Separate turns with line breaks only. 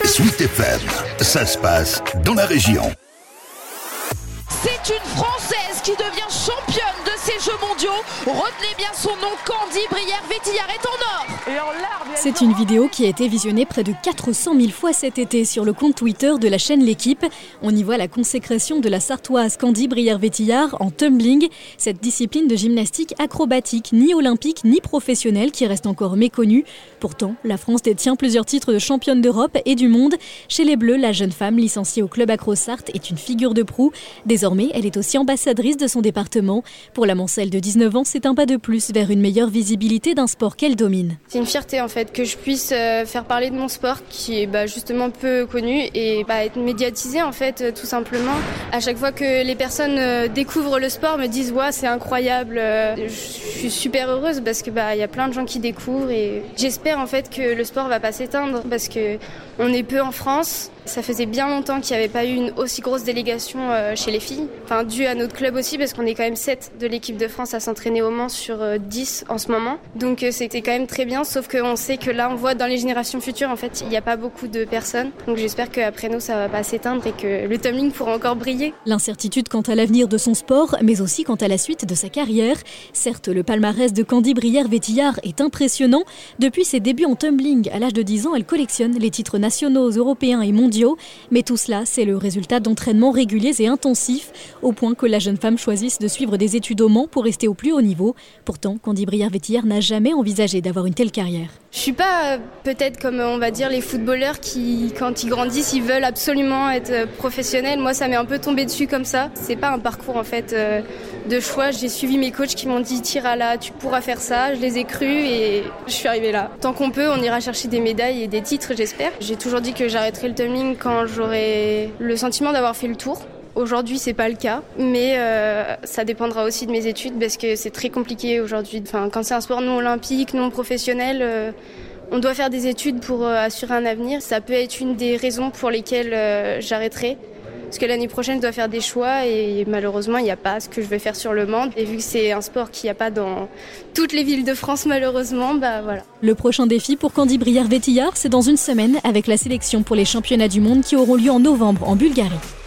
Sweet FM, ça se passe dans la région.
C'est une Française qui devient championne de ces Jeux mondiaux. Retenez bien son nom, Candy Brière-Vétillard est en or.
C'est une vidéo qui a été visionnée près de 400 000 fois cet été sur le compte Twitter de la chaîne L'Équipe. On y voit la consécration de la Sartoise Candy Brière-Vétillard en tumbling, cette discipline de gymnastique acrobatique, ni olympique ni professionnelle qui reste encore méconnue. Pourtant, la France détient plusieurs titres de championne d'Europe et du monde. Chez les Bleus, la jeune femme licenciée au club Accro-Sarthe est une figure de proue. Désormais, elle est aussi ambassadrice de son département. Pour la Mancelle de 19 ans, c'est un pas de plus vers une meilleure visibilité d'un sport qu'elle domine.
C'est une fierté en fait que je puisse faire parler de mon sport qui est justement peu connu et être médiatisé en fait tout simplement. À chaque fois que les personnes découvrent le sport, me disent ouais, c'est incroyable. Je suis super heureuse parce que y a plein de gens qui découvrent et j'espère en fait que le sport va pas s'éteindre parce que on est peu en France. Ça faisait bien longtemps qu'il n'y avait pas eu une aussi grosse délégation chez les filles. Enfin, dû à notre club aussi, parce qu'on est quand même 7 de l'équipe de France à s'entraîner au Mans sur 10 en ce moment. Donc c'était quand même très bien, sauf qu'on sait que là, on voit dans les générations futures, en fait, il n'y a pas beaucoup de personnes. Donc j'espère qu'après nous, ça va pas s'éteindre et que le tumbling pourra encore briller.
L'incertitude quant à l'avenir de son sport, mais aussi quant à la suite de sa carrière. Certes, le palmarès de Candy Brière-Vétillard est impressionnant. Depuis ses débuts en tumbling, à l'âge de 10 ans, elle collectionne les titres nationaux, européens et mondiaux. Mais tout cela, c'est le résultat d'entraînements réguliers et intensifs, au point que la jeune femme choisisse de suivre des études au Mans pour rester au plus haut niveau. Pourtant, Candy Brière-Vétillard n'a jamais envisagé d'avoir une telle carrière.
Je suis pas peut-être comme on va dire les footballeurs qui, quand ils grandissent, ils veulent absolument être professionnels. Moi, ça m'est un peu tombé dessus comme ça. C'est pas un parcours en fait de choix. J'ai suivi mes coachs qui m'ont dit t'iras là, tu pourras faire ça. Je les ai crus et je suis arrivée là. Tant qu'on peut, on ira chercher des médailles et des titres, j'espère. J'ai toujours dit que j'arrêterais le tumbling quand j'aurai le sentiment d'avoir fait le tour. Aujourd'hui, c'est pas le cas, mais ça dépendra aussi de mes études parce que c'est très compliqué aujourd'hui. Enfin, quand c'est un sport non olympique, non professionnel, on doit faire des études pour assurer un avenir. Ça peut être une des raisons pour lesquelles j'arrêterai. Parce que l'année prochaine, je dois faire des choix et malheureusement, il n'y a pas ce que je vais faire sur le Mans. Et vu que c'est un sport qu'il n'y a pas dans toutes les villes de France, malheureusement, voilà.
Le prochain défi pour Candy Brière-Vétillard, c'est dans une semaine avec la sélection pour les championnats du monde qui auront lieu en novembre en Bulgarie.